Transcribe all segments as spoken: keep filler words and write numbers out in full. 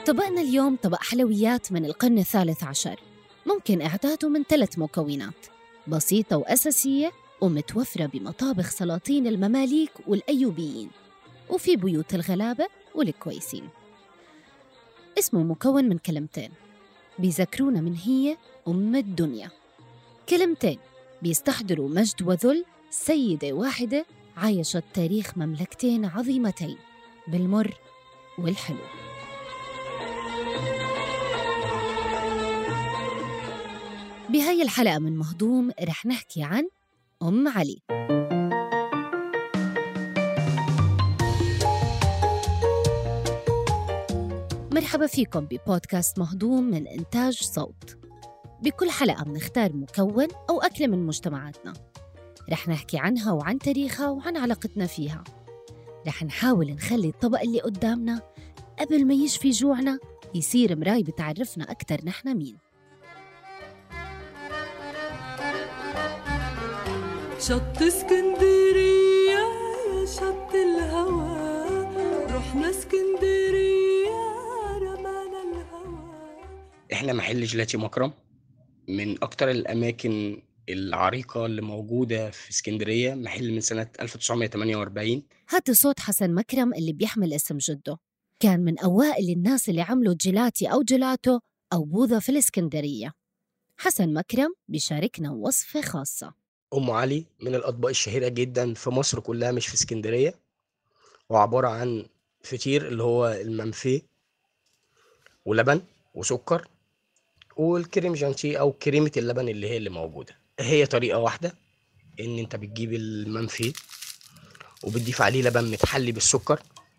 طبقنا اليوم طبق حلويات من القرن الثالث عشر، ممكن إعداده من ثلاث مكونات بسيطة وأساسية ومتوفرة بمطابخ سلاطين المماليك والأيوبيين وفي بيوت الغلابة والكويسين. اسمه مكون من كلمتين بيذكرونا من هي أم الدنيا، كلمتين بيستحضروا مجد وذل سيدة واحدة عايشت تاريخ مملكتين عظيمتين بالمر والحلو. بهاي الحلقة من مهضوم رح نحكي عن أم علي. مرحبا فيكم ببودكاست مهضوم من إنتاج صوت. بكل حلقة بنختار مكون أو أكلة من مجتمعاتنا، رح نحكي عنها وعن تاريخها وعن علاقتنا فيها. رح نحاول نخلي الطبق اللي قدامنا قبل ما يشفي جوعنا يصير مراي بتعرفنا أكتر نحن مين. شط اسكندرية يا شط الهوى، رحنا اسكندرية رمانا الهوى. احنا محل جيلاتي مكرم من اكتر الاماكن العريقة اللي موجودة في اسكندرية، محل من سنة ألف وتسعمية وتمانية وأربعين. هذا صوت حسن مكرم اللي بيحمل اسم جده، كان من أوائل الناس اللي عملوا جيلاتي أو جيلاتو أو بوظة في الإسكندرية. حسن مكرم بيشاركنا وصفة خاصة. أم علي من الأطباق الشهيرة جدا في مصر كلها مش في اسكندرية، وعبارة عن فطير اللي هو المنفيه ولبن وسكر والكريم جانتيه أو كريمة اللبن اللي هي اللي موجودة. هي طريقة واحدة، إن أنت بتجيب المنفيه وبتضيف عليه لبن متحلي بالسكر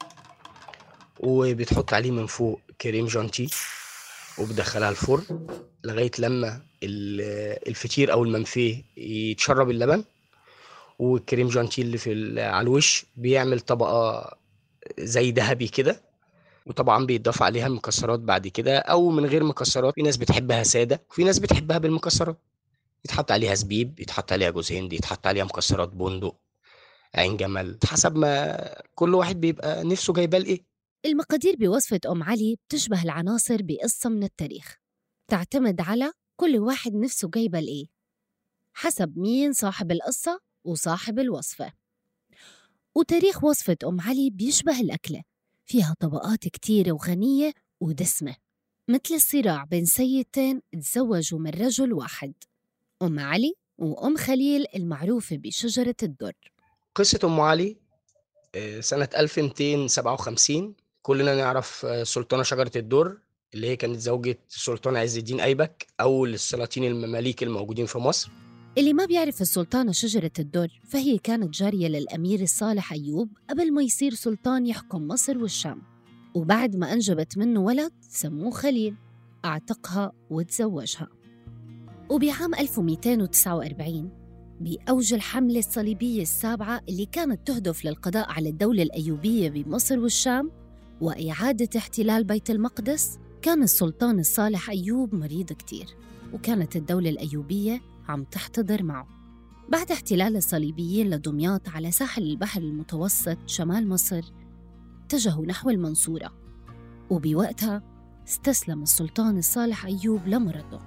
وبتحط عليه من فوق كريم جانتيه وبدخلها الفرن لغاية لما الفطير أو المنفيه يتشرب اللبن، والكريم جانتيه اللي في على الوش بيعمل طبقة زي ذهبي كده. وطبعا بيتضاف عليها مكسرات بعد كده أو من غير مكسرات، في ناس بتحبها سادة وفي ناس بتحبها بالمكسرات. يتحط عليها زبيب، يتحط عليها جوز هند، يتحط عليها مكسرات بندق، عين جمل، حسب ما كل واحد بيبقى نفسه جايباه لإيه. المقادير بوصفة أم علي بتشبه العناصر بقصة من التاريخ، تعتمد على كل واحد نفسه جايبة لإيه حسب مين صاحب القصة وصاحب الوصفة. وتاريخ وصفة أم علي بيشبه الأكلة، فيها طبقات كتيرة وغنية ودسمة، مثل الصراع بين سيدتين تزوجوا من رجل واحد، أم علي وأم خليل المعروفة بشجرة الدر. قصة أم علي سنة ألف ومئتين وسبعة وخمسين، كلنا نعرف سلطانة شجرة الدر اللي هي كانت زوجة السلطان عز الدين أيبك أول السلاطين المماليك الموجودين في مصر. اللي ما بيعرف السلطانة شجرة الدر فهي كانت جارية للأمير الصالح أيوب قبل ما يصير سلطان يحكم مصر والشام، وبعد ما أنجبت منه ولد سموه خليل أعتقها وتزوجها. وبعام ألف ومئتين وتسعة وأربعين بأوج الحملة الصليبية السابعة اللي كانت تهدف للقضاء على الدولة الأيوبية بمصر والشام وإعادة احتلال بيت المقدس، كان السلطان الصالح أيوب مريض كتير، وكانت الدولة الأيوبية عم تحتضر معه. بعد احتلال الصليبيين لدمياط على ساحل البحر المتوسط شمال مصر، اتجهوا نحو المنصورة، وبوقتها استسلم السلطان الصالح أيوب لمرضه،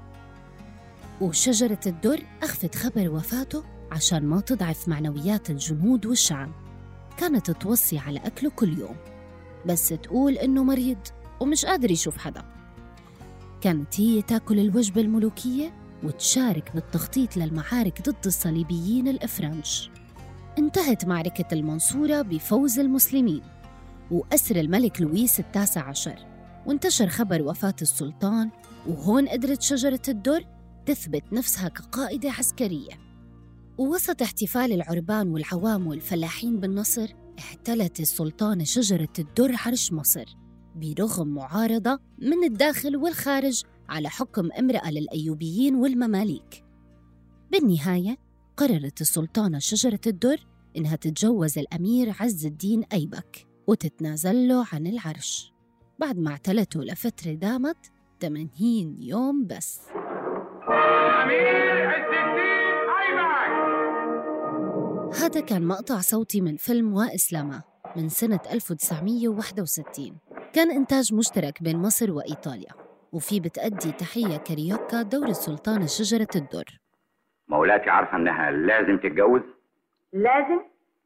وشجرة الدر أخفت خبر وفاته عشان ما تضعف معنويات الجنود والشعب. كانت توصي على أكله كل يوم، بس تقول إنه مريض ومش قادر يشوف حدا. كانت هي تاكل الوجبة الملوكية وتشارك بالتخطيط للمعارك ضد الصليبيين الأفرنج. انتهت معركة المنصورة بفوز المسلمين وأسر الملك لويس التاسع عشر، وانتشر خبر وفاة السلطان، وهون قدرت شجرة الدر تثبت نفسها كقائدة عسكرية. ووسط احتفال العربان والعوام والفلاحين بالنصر، احتلت السلطانة شجرة الدر عرش مصر برغم معارضة من الداخل والخارج على حكم امرأة للأيوبيين والمماليك. بالنهاية قررت السلطانة شجرة الدر إنها تتجوز الأمير عز الدين أيبك وتتنازل له عن العرش بعد ما اعتلته لفترة دامت ثمانين يوم بس. أمير عز الدين أيبك. هذا كان مقطع صوتي من فيلم وإسلامة من سنة ألف وتسعمية وواحد وستين. كان إنتاج مشترك بين مصر وإيطاليا، وفي بتأدي تحية كاريوكا دور السلطانة شجرة الدر. مولاتي عارفة إنها لازم تتجوز؟ لازم؟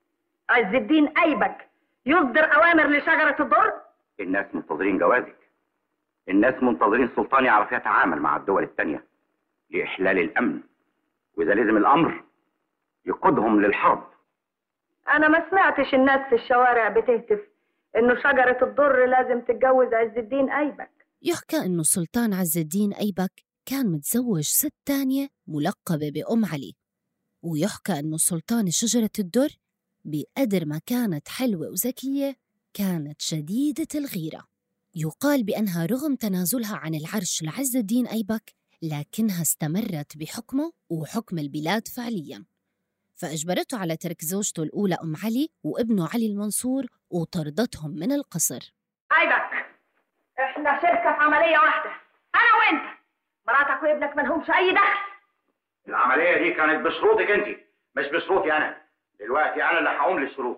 عز الدين أيبك يصدر أوامر لشجرة الدر؟ الناس منتظرين جوازك. الناس منتظرين السلطان يعرف يتعامل مع الدول التانية لإحلال الأمن، وإذا لازم الأمر يقودهم للحرب. أنا ما سمعتش الناس في الشوارع بتهتف إنه شجرة الدر لازم تتجوز عز الدين أيبك. يحكى إنه السلطان عز الدين أيبك كان متزوج ست تانية ملقبة بأم علي، ويحكى إنه السلطان شجرة الدر بقدر ما كانت حلوة وذكية كانت شديدة الغيرة. يقال بأنها رغم تنازلها عن العرش لعز الدين أيبك لكنها استمرت بحكمه وحكم البلاد فعلياً، فأجبرته على ترك زوجته الأولى أم علي وابنه علي المنصور وطردتهم من القصر. أيبك إحنا شركة في عملية واحدة، أنا وإنت، مراتك وابنك ملهمش أي دخل. العملية دي كانت بشروطك أنت مش بشروطي أنا. دلوقتي أنا اللي هقوم للشروط.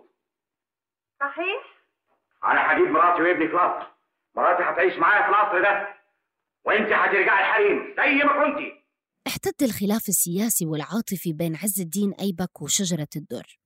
صحيح؟ أنا هجيب مراتي وابني في القصر. مراتي هتعيش معايا في القصر ده، وأنت هترجعي الحريم زي ما كنتي. احتد الخلاف السياسي والعاطفي بين عز الدين أيبك وشجرة الدر،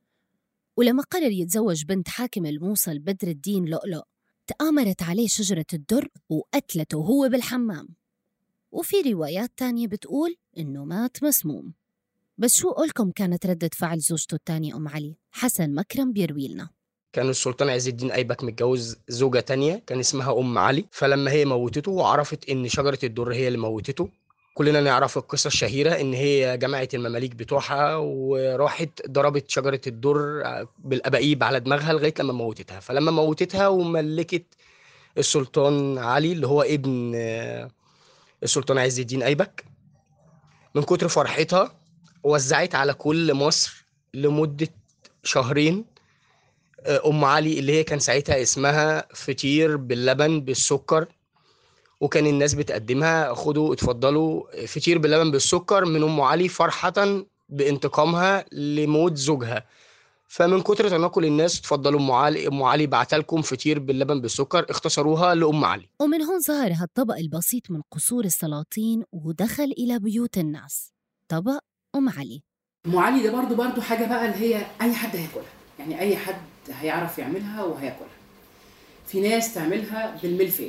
ولما قرر يتزوج بنت حاكم الموصل بدر الدين لؤلؤ تآمرت عليه شجرة الدر وقتلته هو بالحمام. وفي روايات تانية بتقول إنه مات مسموم. بس شو قولكم كانت ردة فعل زوجته الثانية أم علي؟ حسن مكرم بيروي لنا. كان السلطان عز الدين أيبك متجوز زوجة تانية كان اسمها أم علي، فلما هي موتته وعرفت إن شجرة الدر هي اللي موتته، كلنا نعرف القصة الشهيرة إن هي جمعت المماليك بتوعها وراحت ضربت شجرة الدر بالأباقيب على دماغها لغاية لما موتتها. فلما موتتها وملكت السلطان علي اللي هو ابن السلطان عز الدين أيبك، من كتر فرحتها وزعت على كل مصر لمدة شهرين أم علي اللي هي كان ساعتها اسمها فطير باللبن بالسكر، وكان الناس بتقدمها خدوا اتفضلوا فطير باللبن بالسكر من أم علي فرحة بانتقامها لموت زوجها. فمن كتر تناقل الناس اتفضلوا أم علي أم علي بعتلكم فطير باللبن بالسكر، اختصروها لأم علي. ومن هون ظهر هالطبق البسيط من قصور السلاطين ودخل إلى بيوت الناس، طبق أم علي. أم علي ده برضو برضو حاجة بقى اللي هي أي حد هياكلها، يعني أي حد هيعرف يعملها وهياكلها. في ناس تعملها بالملفي،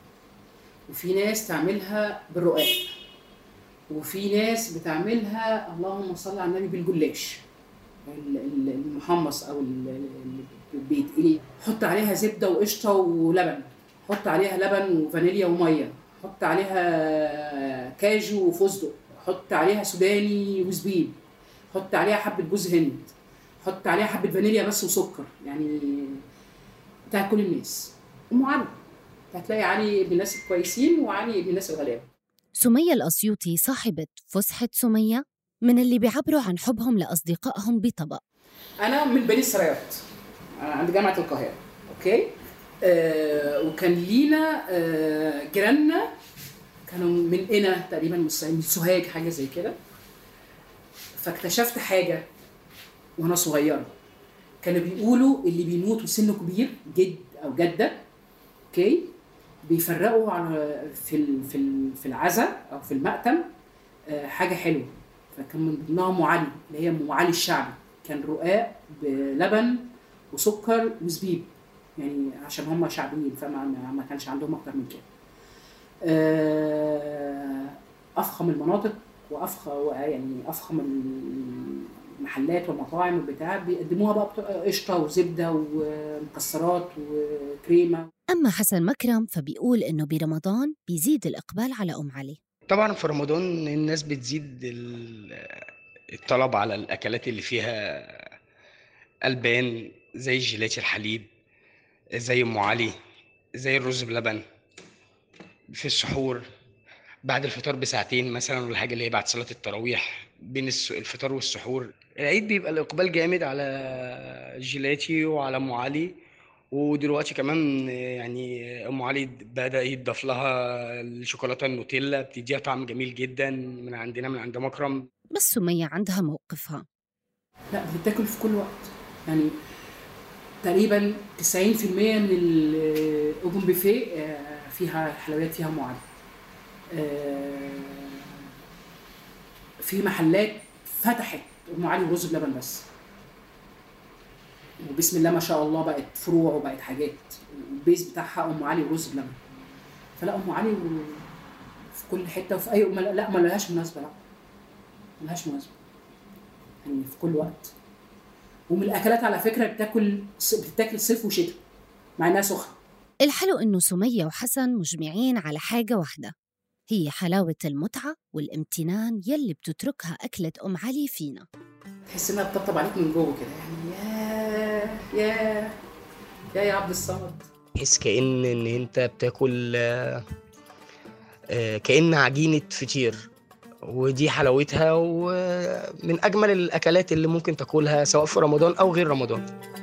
وفي ناس تعملها بالرقاق، وفي ناس بتعملها اللهم صل على النبي بالجلاش المحمص او البيت ايه، حط عليها زبده وقشطه ولبن، حط عليها لبن وفانيليا وميه، حط عليها كاجو وفستق، حط عليها سوداني وزبيب، حط عليها حبه جوز هند، حط عليها حبه فانيليا بس وسكر، يعني بتاع كل الناس. ام علي هتلاقي علي ابن الناس الكويسين وعلي ابن الناس الغلابه. سمية الأسيوطي صاحبة فسحة سمية من اللي بيعبروا عن حبهم لأصدقائهم بطبق. أنا من بني السرايات عند جامعة القاهرة، أوكي؟ آه وكان لينا آه جيراننا كانوا من قنا تقريبا من سوهاج حاجة زي كده. فاكتشفت حاجة وأنا صغيرة، كانوا بيقولوا اللي بيموت وسنه كبير جد أو جدة، أوكي؟ بيفرقوا على في في في العزاء أو في المأتم آه حاجة حلوة. فكان من ضمنها ام علي اللي هي ام علي الشعبي، كان رقاق بلبن وسكر وزبيب، يعني عشان هم شعبيين فما ما كانش عندهم اكتر من كده. افخم المناطق وافخم يعني افخم المحلات والمطاعم والبتاع بيقدموها بقى قشطه وزبده ومكسرات وكريمه. اما حسن مكرم فبيقول انه برمضان بيزيد الاقبال على ام علي. طبعا في رمضان الناس بتزيد الطلب على الأكلات اللي فيها ألبان زي الجيلاتي الحليب، زي أم علي، زي الرز بلبن. في السحور بعد الفطار بساعتين مثلا ولا حاجة اللي هي بعد صلاة التراويح بين الفطار والسحور، العيد بيبقى الإقبال جامد على الجيلاتي وعلى أم علي. ودلوقتي كمان يعني ام علي بدا يضاف لها الشوكولاته النوتيلا، بتديها طعم جميل جدا من عندنا من عند مكرم. بس سمية عندها موقفها. لا بتتاكل في كل وقت، يعني تقريبا تسعين في المية من الاوبن بوفيه فيها حلويات فيها ام علي. في محلات فتحت ام علي ورز بلبن بس، وبسم الله ما شاء الله بقت فروع وبقت حاجات، البيز بتاعها ام علي ورز بلبن. فلا ام علي في كل حته وفي اي مل... لا ما لهاش مناسبه، لا ما لهاش مناسبه يعني في كل وقت. ومن الاكلات على فكره بتاكل بتتاكل صيف وشتاء مع انها سخنه. الحلو انه سمية وحسن مجمعين على حاجه واحده، هي حلاوه المتعه والامتنان يلي بتتركها اكله ام علي فينا. تحس انها بتطبطب عليك من جوه كده يعني. يا يا يا يا عبد الصمد، تحس كأن ان انت بتاكل آه، آه، كأن عجينة فطير، ودي حلاوتها ومن اجمل الاكلات اللي ممكن تاكلها سواء في رمضان او غير رمضان.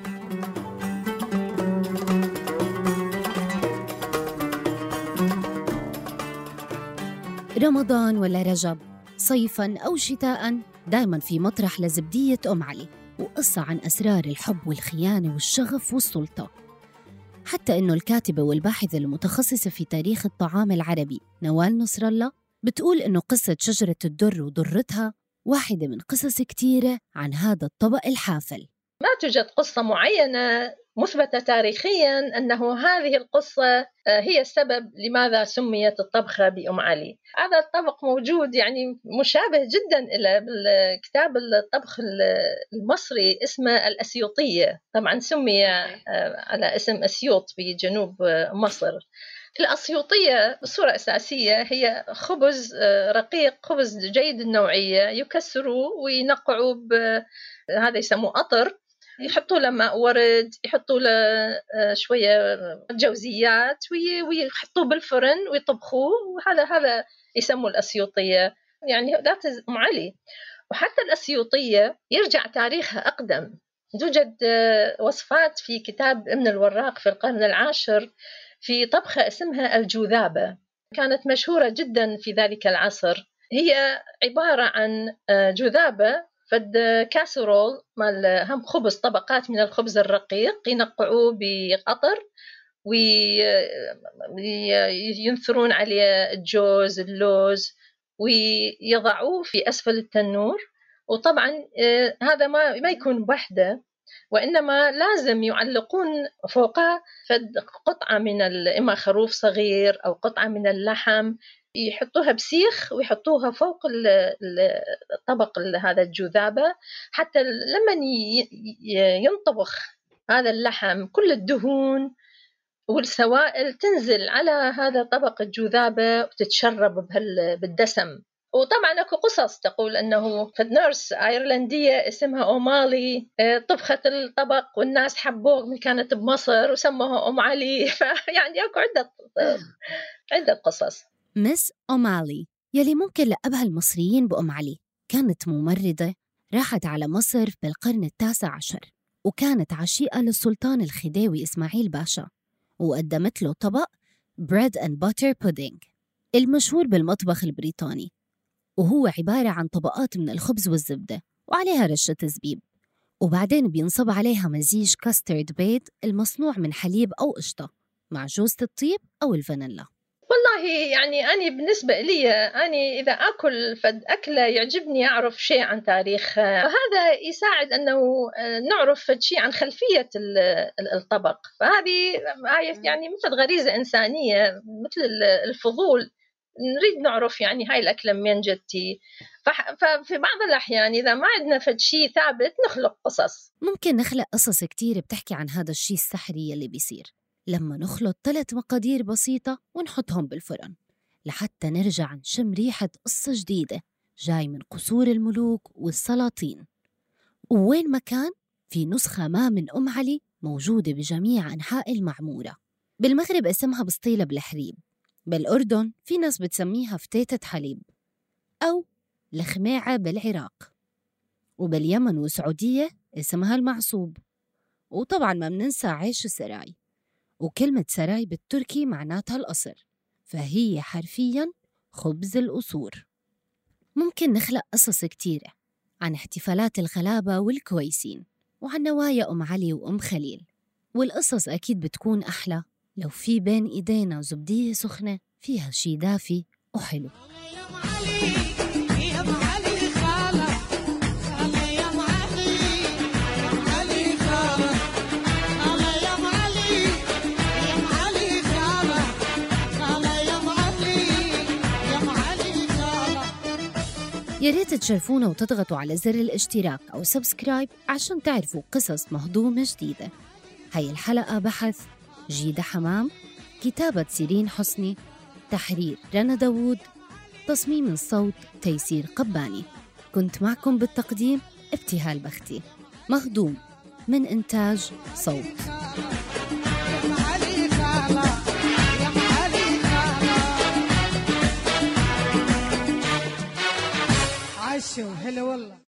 رمضان ولا رجب، صيفاً أو شتاءً، دايماً في مطرح لزبدية أم علي وقصة عن أسرار الحب والخيانة والشغف والسلطة. حتى إنه الكاتبة والباحثة المتخصصة في تاريخ الطعام العربي نوال نصر الله بتقول إنه قصة شجرة الدر وضرتها واحدة من قصص كتيرة عن هذا الطبق الحافل. ما توجد قصة معينة مثبتة تاريخياً أنه هذه القصة هي السبب لماذا سميت الطبخة بأم علي. هذا الطبق موجود يعني مشابه جداً إلى بالكتاب الطبخ المصري اسمه الأسيوطية، طبعاً سمي على اسم أسيوط بجنوب مصر. الأسيوطية بصورة أساسية هي خبز رقيق، خبز جيد النوعية، يكسروه وينقعوا بهذا يسموه قطر، يحطوا له ماء ورد، يحطوا له شوية جوزيات ويحطوه بالفرن ويطبخوه، وهذا هذا يسموه الأسيوطية يعني ذات أم علي. وحتى الأسيوطية يرجع تاريخها أقدم، توجد وصفات في كتاب ابن الوراق في القرن العاشر في طبخة اسمها الجوذابة، كانت مشهورة جدا في ذلك العصر. هي عبارة عن جوذابة فد كاسرول مال هم خبز، طبقات من الخبز الرقيق ينقعوه بقطر وينثرون عليه الجوز اللوز ويضعوه في أسفل التنور. وطبعا هذا ما ما يكون بوحده، وإنما لازم يعلقون فوقه فد قطعة من إما خروف صغير أو قطعة من اللحم، يحطوها بسيخ ويحطوها فوق الطبق هذا الجوذابة، حتى لما ينطبخ هذا اللحم كل الدهون والسوائل تنزل على هذا طبق الجوذابة وتتشرب بالدسم. وطبعا اكو قصص تقول انه فد نيرس ايرلنديه اسمها اومالي طبخت الطبق والناس حبوه من كانت بمصر وسموها ام علي. فيعني اكو عده عده قصص. مس أومالي يلي ممكن لقبها المصريين بأم علي كانت ممرضة راحت على مصر بالقرن التاسع عشر، وكانت عشيقة للسلطان الخديوي إسماعيل باشا، وقدمت له طبق bread and butter pudding المشهور بالمطبخ البريطاني، وهو عبارة عن طبقات من الخبز والزبدة وعليها رشة زبيب، وبعدين بينصب عليها مزيج كاسترد بيض المصنوع من حليب أو قشطة مع جوزة الطيب أو الفانيلا. والله يعني أنا بالنسبة لي أنا إذا أكل فد أكلة يعجبني أعرف شيء عن تاريخ، وهذا يساعد أنه نعرف فد شيء عن خلفية الطبق. فهذه يعني مثل غريزة إنسانية، مثل الفضول، نريد نعرف يعني هاي الأكلة من جدتي. ففي بعض الأحيان إذا ما عندنا فد شيء ثابت نخلق قصص. ممكن نخلق قصص كتير بتحكي عن هذا الشيء السحري اللي بيصير لما نخلط ثلاث مقادير بسيطة ونحطهم بالفرن لحتى نرجع نشم ريحة قصة جديدة جاي من قصور الملوك والسلاطين. ووين ما كان في نسخة ما من أم علي موجودة بجميع أنحاء المعمورة. بالمغرب اسمها بسطيلة بالحريب، بالأردن في ناس بتسميها فتيتة حليب أو لخماعة بالعراق، وباليمن والسعودية اسمها المعصوب. وطبعاً ما مننسى عيش السراي، وكلمة سراي بالتركي معناتها القصر، فهي حرفياً خبز القصور. ممكن نخلق قصص كتيرة عن احتفالات الغلابة والكويسين، وعن نوايا أم علي وأم خليل، والقصص أكيد بتكون أحلى لو في بين إيدينا زبدية سخنة فيها شي دافي وحلو. يا ريت تشرفونا وتضغطوا على زر الاشتراك أو سبسكرايب عشان تعرفوا قصص مهضومة جديدة. هاي الحلقة بحث جيدة حمام، كتابة سيرين حسني، تحرير رنا داوود، تصميم الصوت تيسير قباني. كنت معكم بالتقديم ابتهال بختي. مهضوم من إنتاج صوت. عاشوا هلا والله.